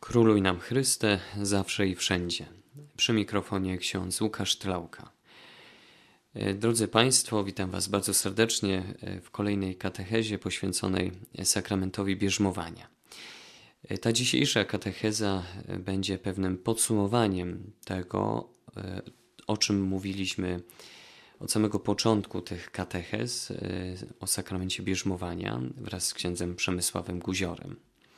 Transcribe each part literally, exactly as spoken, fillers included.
Króluj nam Chryste, zawsze i wszędzie. Przy mikrofonie ksiądz Łukasz Tlauka. Drodzy Państwo, witam Was bardzo serdecznie w kolejnej katechezie poświęconej sakramentowi bierzmowania. Ta dzisiejsza katecheza będzie pewnym podsumowaniem tego, o czym mówiliśmy od samego początku tych katechez, o sakramencie bierzmowania wraz z księdzem Przemysławem Guziorem.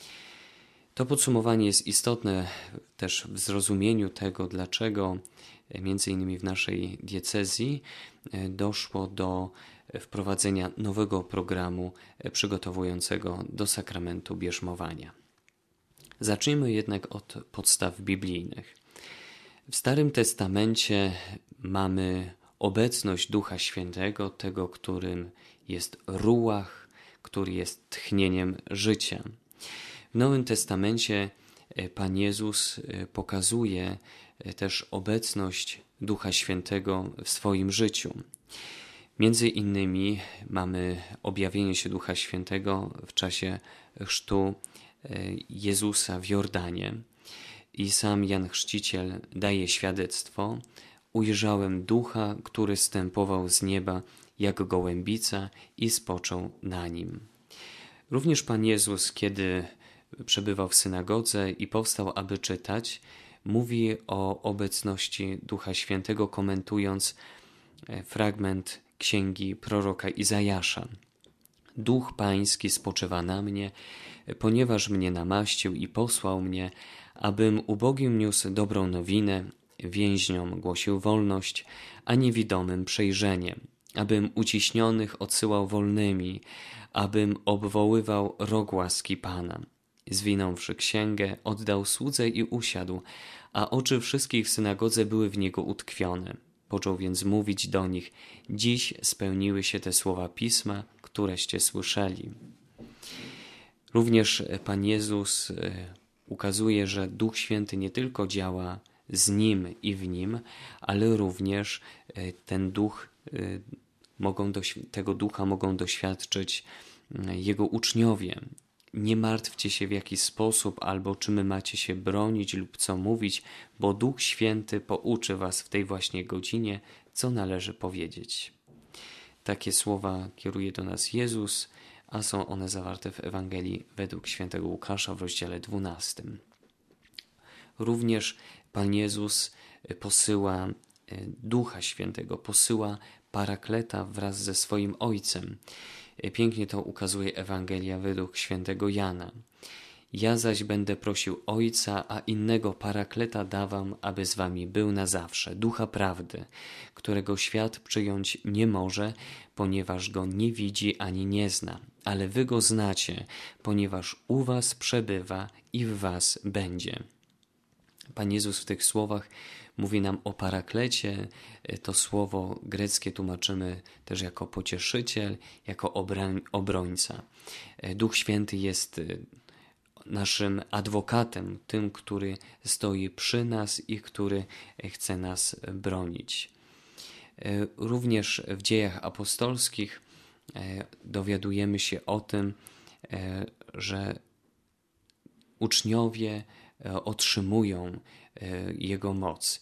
To podsumowanie jest istotne też w zrozumieniu tego, dlaczego między innymi w naszej diecezji doszło do wprowadzenia nowego programu przygotowującego do sakramentu bierzmowania. Zacznijmy jednak od podstaw biblijnych. W Starym Testamencie mamy obecność Ducha Świętego, tego, którym jest ruach, który jest tchnieniem życia. W Nowym Testamencie Pan Jezus pokazuje też obecność Ducha Świętego w swoim życiu. Między innymi mamy objawienie się Ducha Świętego w czasie chrztu Jezusa w Jordanie i sam Jan Chrzciciel daje świadectwo: ujrzałem Ducha, który zstępował z nieba jak gołębica i spoczął na nim. Również Pan Jezus, kiedy przebywał w synagodze i powstał, aby czytać, mówi o obecności Ducha Świętego, komentując fragment księgi proroka Izajasza. Duch Pański spoczywa na mnie, ponieważ mnie namaścił i posłał mnie, abym ubogim niósł dobrą nowinę, więźniom głosił wolność, a niewidomym przejrzenie, abym uciśnionych odsyłał wolnymi, abym obwoływał rok łaski Pana. Zwinąwszy księgę, oddał słudze i usiadł, a oczy wszystkich w synagodze były w niego utkwione. Począł więc mówić do nich: dziś spełniły się te słowa Pisma, któreście słyszeli. Również Pan Jezus ukazuje, że Duch Święty nie tylko działa z Nim i w Nim, ale również ten Duch, mogą tego Ducha mogą doświadczyć Jego uczniowie. Nie martwcie się, w jaki sposób albo czym macie się bronić lub co mówić, bo Duch Święty pouczy was w tej właśnie godzinie, co należy powiedzieć. Takie słowa kieruje do nas Jezus, a są one zawarte w Ewangelii według świętego Łukasza w rozdziale dwunastym. Również Pan Jezus posyła Ducha Świętego, posyła Parakleta wraz ze swoim Ojcem. Pięknie to ukazuje Ewangelia według świętego Jana. Ja zaś będę prosił Ojca, a innego Parakleta dawam, aby z wami był na zawsze, Ducha Prawdy, którego świat przyjąć nie może, ponieważ go nie widzi ani nie zna. Ale wy go znacie, ponieważ u was przebywa i w was będzie. Pan Jezus w tych słowach mówi nam o Paraklecie. To słowo greckie tłumaczymy też jako pocieszyciel, jako obroń, obrońca. Duch Święty jest naszym adwokatem, tym, który stoi przy nas i który chce nas bronić. Również w Dziejach Apostolskich dowiadujemy się o tym, że uczniowie otrzymują Jego moc.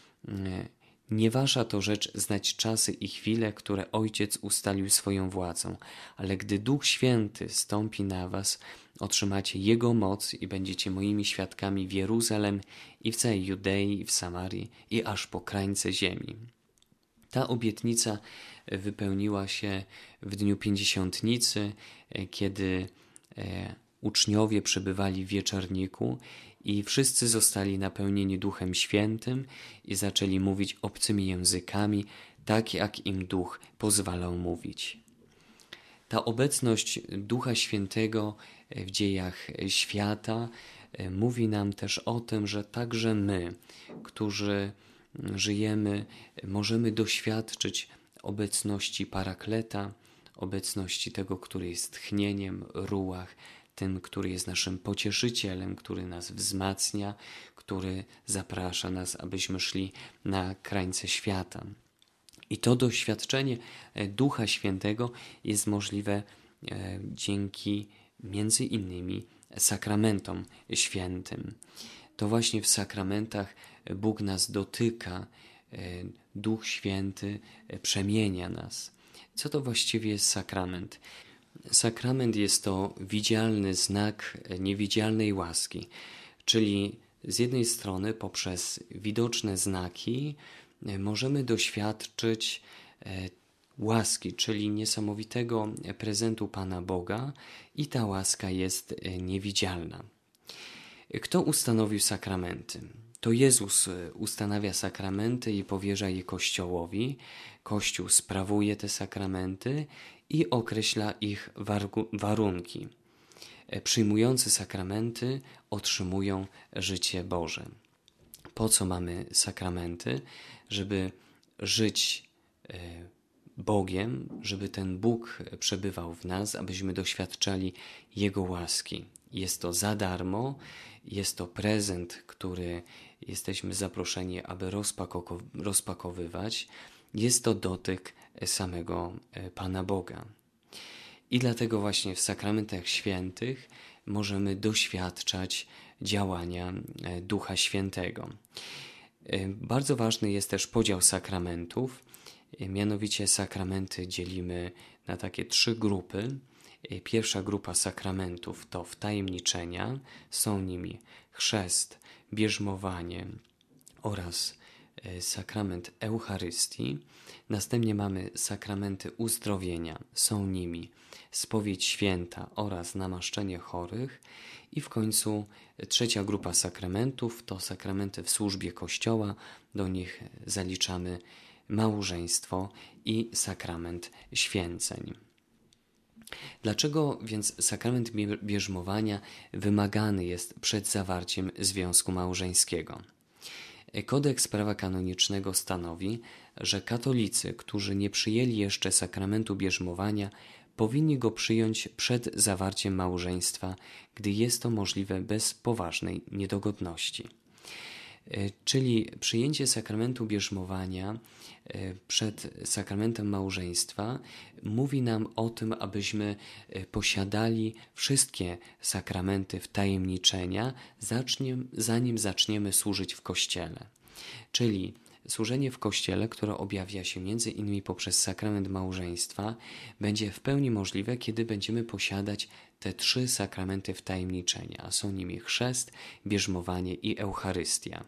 Nie wasza to rzecz znać czasy i chwile, które Ojciec ustalił swoją władzą, ale gdy Duch Święty stąpi na was, otrzymacie Jego moc i będziecie moimi świadkami w Jeruzalem i w całej Judei, i w Samarii, i aż po krańce ziemi. Ta obietnica wypełniła się w dniu Pięćdziesiątnicy, kiedy uczniowie przebywali w wieczorniku i wszyscy zostali napełnieni Duchem Świętym i zaczęli mówić obcymi językami, tak jak im Duch pozwalał mówić. Ta obecność Ducha Świętego w dziejach świata mówi nam też o tym, że także my, którzy żyjemy, możemy doświadczyć obecności Parakleta, obecności tego, który jest tchnieniem, ruach, tym, który jest naszym pocieszycielem, który nas wzmacnia, który zaprasza nas, abyśmy szli na krańce świata. I to doświadczenie Ducha Świętego jest możliwe dzięki między innymi sakramentom świętym. To właśnie w sakramentach Bóg nas dotyka, Duch Święty przemienia nas. Co to właściwie jest sakrament? Sakrament jest to widzialny znak niewidzialnej łaski, czyli z jednej strony poprzez widoczne znaki możemy doświadczyć łaski, czyli niesamowitego prezentu Pana Boga i ta łaska jest niewidzialna. Kto ustanowił sakramenty? To Jezus ustanawia sakramenty i powierza je Kościołowi. Kościół sprawuje te sakramenty i określa ich warunki. Przyjmujący sakramenty otrzymują życie Boże. Po co mamy sakramenty? Żeby żyć Bogiem, żeby ten Bóg przebywał w nas, abyśmy doświadczali Jego łaski. Jest to za darmo, jest to prezent, który jesteśmy zaproszeni, aby rozpakowywać. Jest to dotyk samego Pana Boga. I dlatego właśnie w sakramentach świętych możemy doświadczać działania Ducha Świętego. Bardzo ważny jest też podział sakramentów. Mianowicie sakramenty dzielimy na takie trzy grupy. Pierwsza grupa sakramentów to wtajemniczenia, są nimi chrzest, bierzmowanie oraz sakrament Eucharystii. Następnie mamy sakramenty uzdrowienia, są nimi spowiedź święta oraz namaszczenie chorych. I w końcu trzecia grupa sakramentów to sakramenty w służbie Kościoła, do nich zaliczamy małżeństwo i sakrament święceń. Dlaczego więc sakrament bierzmowania wymagany jest przed zawarciem związku małżeńskiego? Kodeks prawa kanonicznego stanowi, że katolicy, którzy nie przyjęli jeszcze sakramentu bierzmowania, powinni go przyjąć przed zawarciem małżeństwa, gdy jest to możliwe bez poważnej niedogodności. Czyli przyjęcie sakramentu bierzmowania przed sakramentem małżeństwa mówi nam o tym, abyśmy posiadali wszystkie sakramenty wtajemniczenia, zanim zaczniemy służyć w Kościele. Czyli służenie w Kościele, które objawia się między innymi poprzez sakrament małżeństwa, będzie w pełni możliwe, kiedy będziemy posiadać te trzy sakramenty wtajemniczenia, a są nimi chrzest, bierzmowanie i Eucharystia.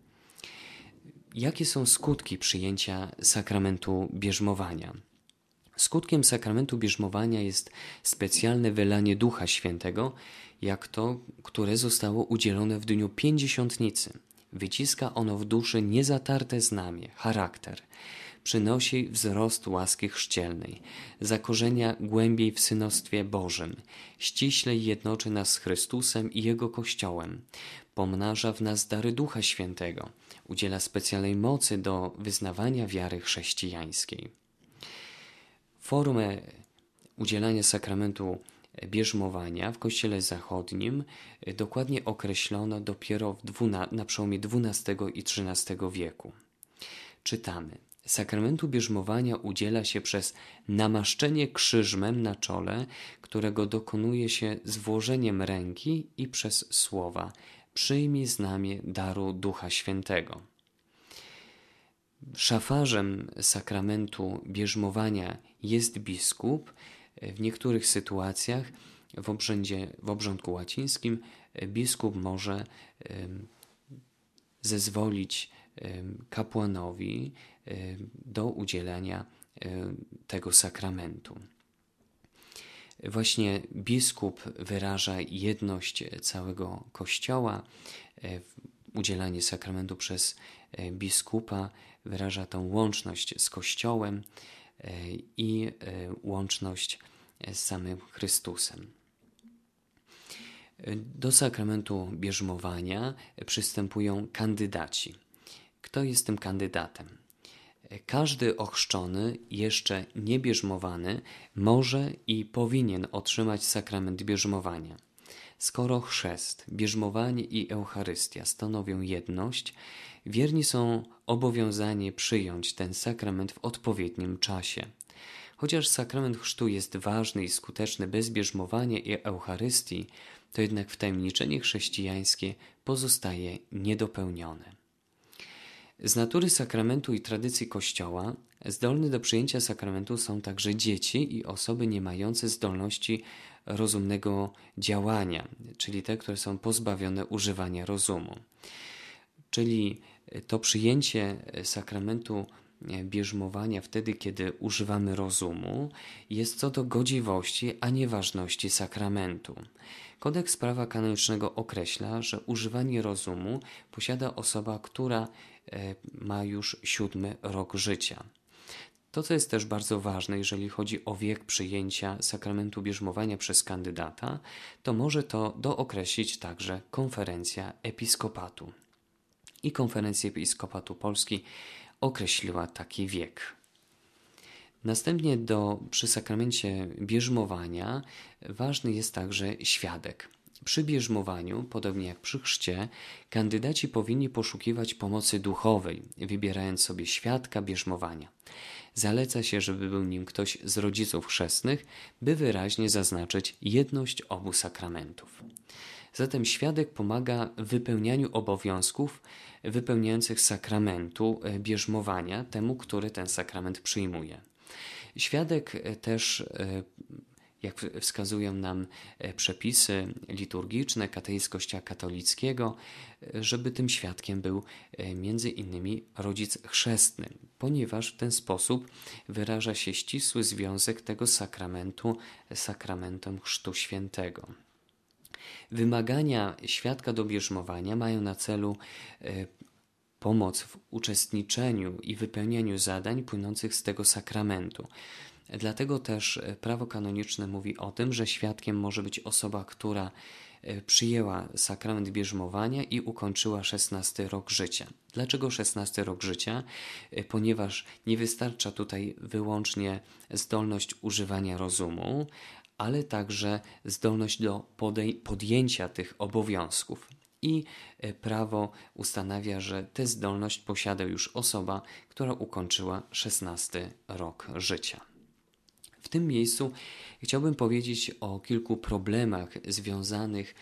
Jakie są skutki przyjęcia sakramentu bierzmowania? Skutkiem sakramentu bierzmowania jest specjalne wylanie Ducha Świętego, jak to, które zostało udzielone w dniu Pięćdziesiątnicy. Wyciska ono w duszy niezatarte znamie, charakter. Przynosi wzrost łaski chrzcielnej, zakorzenia głębiej w synostwie Bożym, ściślej jednoczy nas z Chrystusem i Jego Kościołem, pomnaża w nas dary Ducha Świętego, udziela specjalnej mocy do wyznawania wiary chrześcijańskiej. Formę udzielania sakramentu bierzmowania w Kościele Zachodnim dokładnie określono dopiero w dwuna, na przełomie dwunastego i trzynastego wieku. Czytamy: sakramentu bierzmowania udziela się przez namaszczenie krzyżmem na czole, którego dokonuje się z włożeniem ręki i przez słowa: przyjmij znamię daru Ducha Świętego. Szafarzem sakramentu bierzmowania jest biskup. W niektórych sytuacjach w, obrzędzie, w obrządku łacińskim biskup może zezwolić kapłanowi do udzielania tego sakramentu. Właśnie biskup wyraża jedność całego Kościoła. Udzielanie sakramentu przez biskupa wyraża tą łączność z Kościołem i łączność z samym Chrystusem. Do sakramentu bierzmowania przystępują kandydaci. Kto jest tym kandydatem? Każdy ochrzczony, jeszcze niebierzmowany, może i powinien otrzymać sakrament bierzmowania. Skoro chrzest, bierzmowanie i Eucharystia stanowią jedność, wierni są obowiązani przyjąć ten sakrament w odpowiednim czasie. Chociaż sakrament chrztu jest ważny i skuteczny bez bierzmowania i Eucharystii, to jednak wtajemniczenie chrześcijańskie pozostaje niedopełnione. Z natury sakramentu i tradycji Kościoła zdolne do przyjęcia sakramentu są także dzieci i osoby nie mające zdolności rozumnego działania, czyli te, które są pozbawione używania rozumu. Czyli to przyjęcie sakramentu bierzmowania wtedy, kiedy używamy rozumu, jest co do godziwości, a nie ważności sakramentu. Kodeks prawa kanonicznego określa, że używanie rozumu posiada osoba, która ma już siódmy rok życia. To, co jest też bardzo ważne, jeżeli chodzi o wiek przyjęcia sakramentu bierzmowania przez kandydata, to może to dookreślić także konferencja episkopatu. I konferencja episkopatu Polski określiła taki wiek. Następnie do, przy sakramencie bierzmowania ważny jest także świadek. Przy bierzmowaniu, podobnie jak przy chrzcie, kandydaci powinni poszukiwać pomocy duchowej, wybierając sobie świadka bierzmowania. Zaleca się, żeby był nim ktoś z rodziców chrzestnych, by wyraźnie zaznaczyć jedność obu sakramentów. Zatem świadek pomaga w wypełnianiu obowiązków wypełniających sakramentu bierzmowania temu, który ten sakrament przyjmuje. Świadek też, jak wskazują nam przepisy liturgiczne, katechizm Kościoła katolickiego, żeby tym świadkiem był między innymi rodzic chrzestny, ponieważ w ten sposób wyraża się ścisły związek tego sakramentu z sakramentem Chrztu Świętego. Wymagania świadka do bierzmowania mają na celu pomoc w uczestniczeniu i wypełnianiu zadań płynących z tego sakramentu. Dlatego też prawo kanoniczne mówi o tym, że świadkiem może być osoba, która przyjęła sakrament bierzmowania i ukończyła szesnasty rok życia. Dlaczego szesnasty rok życia? Ponieważ nie wystarcza tutaj wyłącznie zdolność używania rozumu, ale także zdolność do podjęcia tych obowiązków. I prawo ustanawia, że tę zdolność posiada już osoba, która ukończyła szesnasty rok życia. W tym miejscu chciałbym powiedzieć o kilku problemach związanych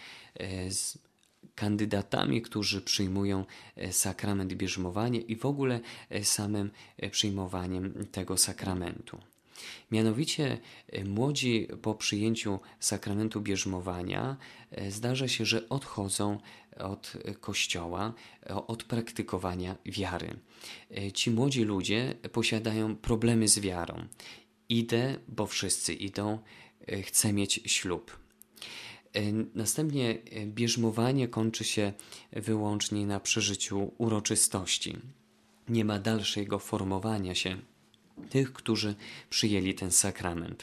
z kandydatami, którzy przyjmują sakrament bierzmowania i w ogóle samym przyjmowaniem tego sakramentu. Mianowicie młodzi po przyjęciu sakramentu bierzmowania zdarza się, że odchodzą od Kościoła, od praktykowania wiary. Ci młodzi ludzie posiadają problemy z wiarą. Idę, bo wszyscy idą, chcę mieć ślub. Następnie bierzmowanie kończy się wyłącznie na przeżyciu uroczystości. Nie ma dalszego formowania się tych, którzy przyjęli ten sakrament.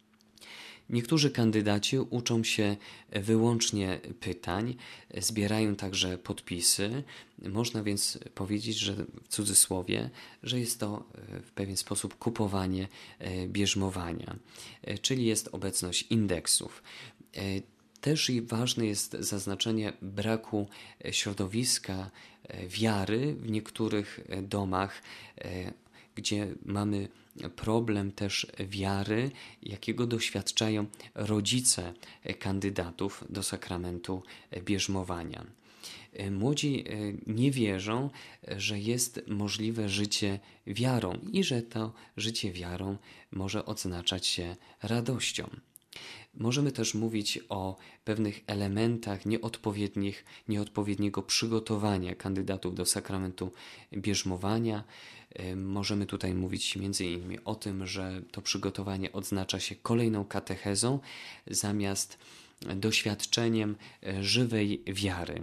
Niektórzy kandydaci uczą się wyłącznie pytań, zbierają także podpisy. Można więc powiedzieć, że w cudzysłowie, że jest to w pewien sposób kupowanie bierzmowania, czyli jest obecność indeksów. Też i ważne jest zaznaczenie braku środowiska wiary w niektórych domach, gdzie mamy problem też wiary, jakiego doświadczają rodzice kandydatów do sakramentu bierzmowania. Młodzi nie wierzą, że jest możliwe życie wiarą i że to życie wiarą może odznaczać się radością. Możemy też mówić o pewnych elementach nieodpowiednich, nieodpowiedniego przygotowania kandydatów do sakramentu bierzmowania. Możemy tutaj mówić między innymi o tym, że to przygotowanie odznacza się kolejną katechezą zamiast doświadczeniem żywej wiary.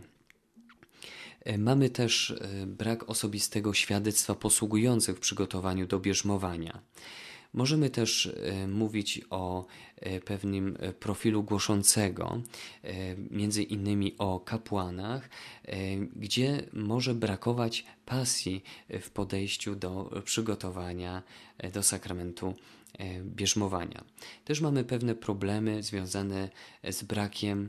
Mamy też brak osobistego świadectwa posługujących w przygotowaniu do bierzmowania. Możemy też mówić o pewnym profilu głoszącego, między innymi o kapłanach, gdzie może brakować pasji w podejściu do przygotowania do sakramentu bierzmowania. Też mamy pewne problemy związane z brakiem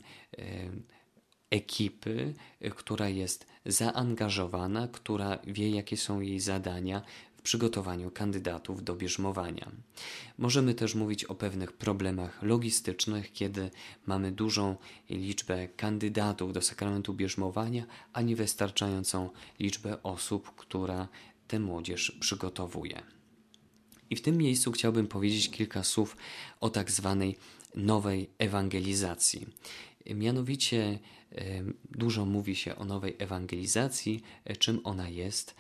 ekipy, która jest zaangażowana, która wie, jakie są jej zadania w przygotowaniu kandydatów do bierzmowania. Możemy też mówić o pewnych problemach logistycznych, kiedy mamy dużą liczbę kandydatów do sakramentu bierzmowania, a niewystarczającą liczbę osób, która tę młodzież przygotowuje. I w tym miejscu chciałbym powiedzieć kilka słów o tak zwanej nowej ewangelizacji. Mianowicie dużo mówi się o nowej ewangelizacji, czym ona jest.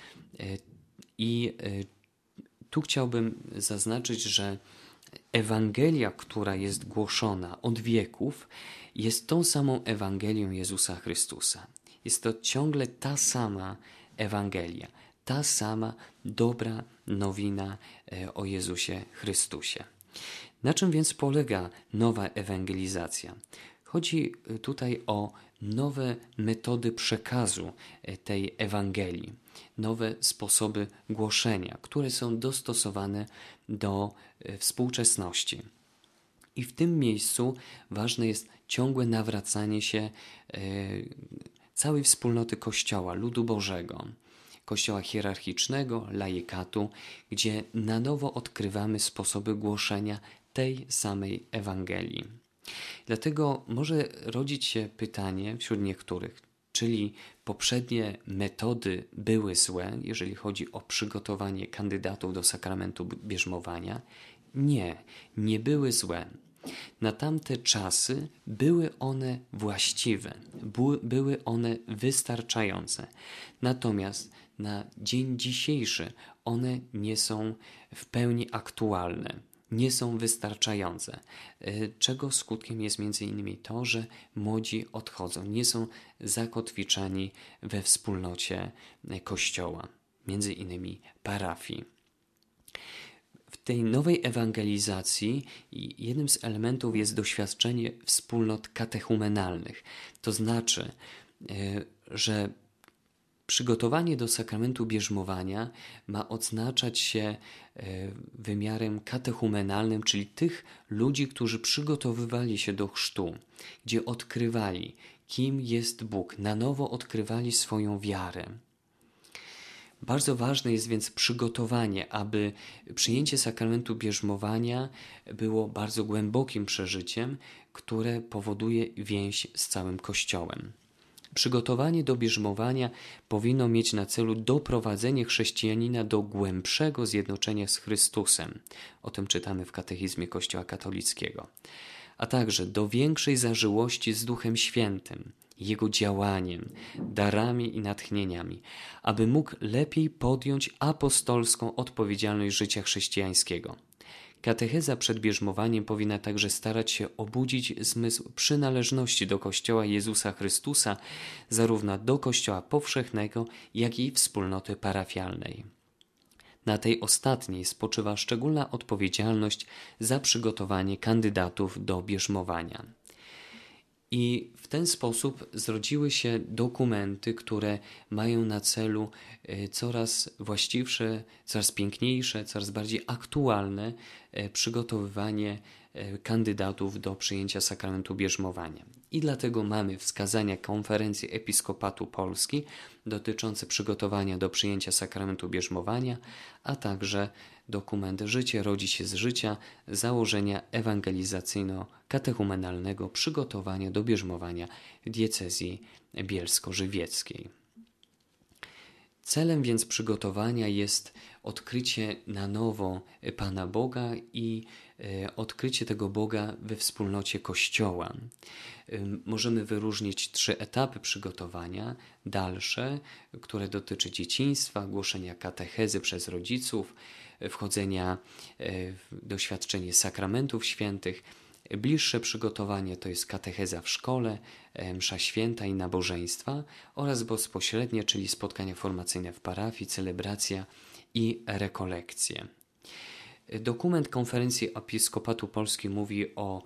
I tu chciałbym zaznaczyć, że Ewangelia, która jest głoszona od wieków, jest tą samą Ewangelią Jezusa Chrystusa. Jest to ciągle ta sama Ewangelia, ta sama dobra nowina o Jezusie Chrystusie. Na czym więc polega nowa ewangelizacja? Chodzi tutaj o nowe metody przekazu tej Ewangelii, nowe sposoby głoszenia, które są dostosowane do współczesności. I w tym miejscu ważne jest ciągłe nawracanie się całej wspólnoty Kościoła, ludu Bożego, Kościoła hierarchicznego, laikatu, gdzie na nowo odkrywamy sposoby głoszenia tej samej Ewangelii. Dlatego może rodzić się pytanie wśród niektórych, czyli poprzednie metody były złe, jeżeli chodzi o przygotowanie kandydatów do sakramentu bierzmowania? Nie, nie były złe. Na tamte czasy były one właściwe, były one wystarczające. Natomiast na dzień dzisiejszy one nie są w pełni aktualne, nie są wystarczające, czego skutkiem jest między innymi to, że młodzi odchodzą, nie są zakotwiczeni we wspólnocie Kościoła, między innymi parafii. W tej nowej ewangelizacji jednym z elementów jest doświadczenie wspólnot katechumenalnych. To znaczy, że przygotowanie do sakramentu bierzmowania ma odznaczać się wymiarem katechumenalnym, czyli tych ludzi, którzy przygotowywali się do chrztu, gdzie odkrywali, kim jest Bóg, na nowo odkrywali swoją wiarę. Bardzo ważne jest więc przygotowanie, aby przyjęcie sakramentu bierzmowania było bardzo głębokim przeżyciem, które powoduje więź z całym Kościołem. Przygotowanie do bierzmowania powinno mieć na celu doprowadzenie chrześcijanina do głębszego zjednoczenia z Chrystusem. O tym czytamy w katechizmie Kościoła katolickiego. A także do większej zażyłości z Duchem Świętym, Jego działaniem, darami i natchnieniami, aby mógł lepiej podjąć apostolską odpowiedzialność życia chrześcijańskiego. Katecheza przed bierzmowaniem powinna także starać się obudzić zmysł przynależności do Kościoła Jezusa Chrystusa, zarówno do Kościoła powszechnego, jak i wspólnoty parafialnej. Na tej ostatniej spoczywa szczególna odpowiedzialność za przygotowanie kandydatów do bierzmowania. I w ten sposób zrodziły się dokumenty, które mają na celu coraz właściwsze, coraz piękniejsze, coraz bardziej aktualne przygotowywanie kandydatów do przyjęcia sakramentu bierzmowania. I dlatego mamy wskazania Konferencji Episkopatu Polski dotyczące przygotowania do przyjęcia sakramentu bierzmowania, a także dokument Życie rodzi się z życia, założenia ewangelizacyjno-katechumenalnego przygotowania do bierzmowania w diecezji bielsko-żywieckiej. Celem więc przygotowania jest odkrycie na nowo Pana Boga i odkrycie tego Boga we wspólnocie Kościoła. Możemy wyróżnić trzy etapy przygotowania. Dalsze, które dotyczy dzieciństwa, głoszenia katechezy przez rodziców, wchodzenia w doświadczenie sakramentów świętych. Bliższe przygotowanie to jest katecheza w szkole, msza święta i nabożeństwa oraz bezpośrednie, czyli spotkania formacyjne w parafii, celebracja i rekolekcje. Dokument Konferencji Episkopatu Polski mówi o,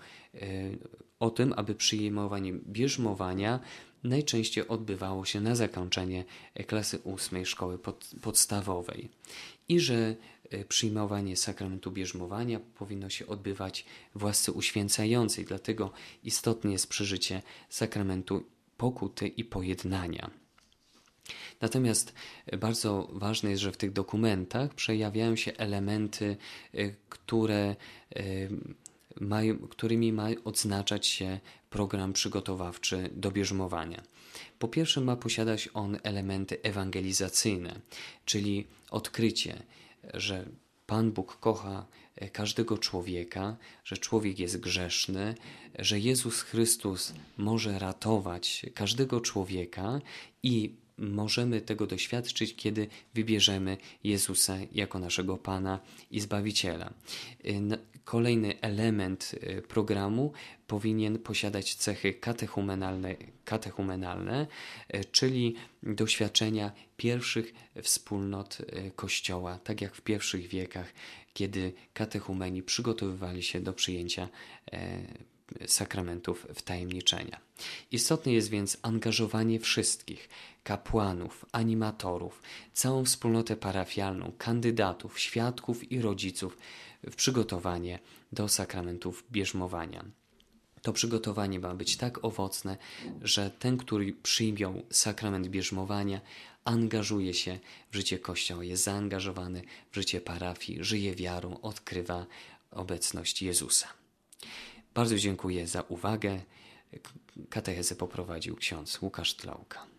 o tym, aby przyjmowanie bierzmowania najczęściej odbywało się na zakończenie klasy ósmej szkoły pod, podstawowej i że przyjmowanie sakramentu bierzmowania powinno się odbywać w łasce uświęcającej, dlatego istotne jest przeżycie sakramentu pokuty i pojednania. Natomiast bardzo ważne jest, że w tych dokumentach przejawiają się elementy, które mają, którymi ma odznaczać się program przygotowawczy do bierzmowania. Po pierwsze, ma posiadać on elementy ewangelizacyjne, czyli odkrycie, że Pan Bóg kocha każdego człowieka, że człowiek jest grzeszny, że Jezus Chrystus może ratować każdego człowieka i możemy tego doświadczyć, kiedy wybierzemy Jezusa jako naszego Pana i Zbawiciela. Kolejny element programu powinien posiadać cechy katechumenalne, katechumenalne, czyli doświadczenia pierwszych wspólnot Kościoła, tak jak w pierwszych wiekach, kiedy katechumeni przygotowywali się do przyjęcia sakramentów wtajemniczenia. Istotne jest więc angażowanie wszystkich, kapłanów, animatorów, całą wspólnotę parafialną, kandydatów, świadków i rodziców w przygotowanie do sakramentów bierzmowania. To przygotowanie ma być tak owocne, że ten, który przyjął sakrament bierzmowania, angażuje się w życie Kościoła, jest zaangażowany w życie parafii, żyje wiarą, odkrywa obecność Jezusa. Bardzo dziękuję za uwagę. Katechezę poprowadził ksiądz Łukasz Tlauka.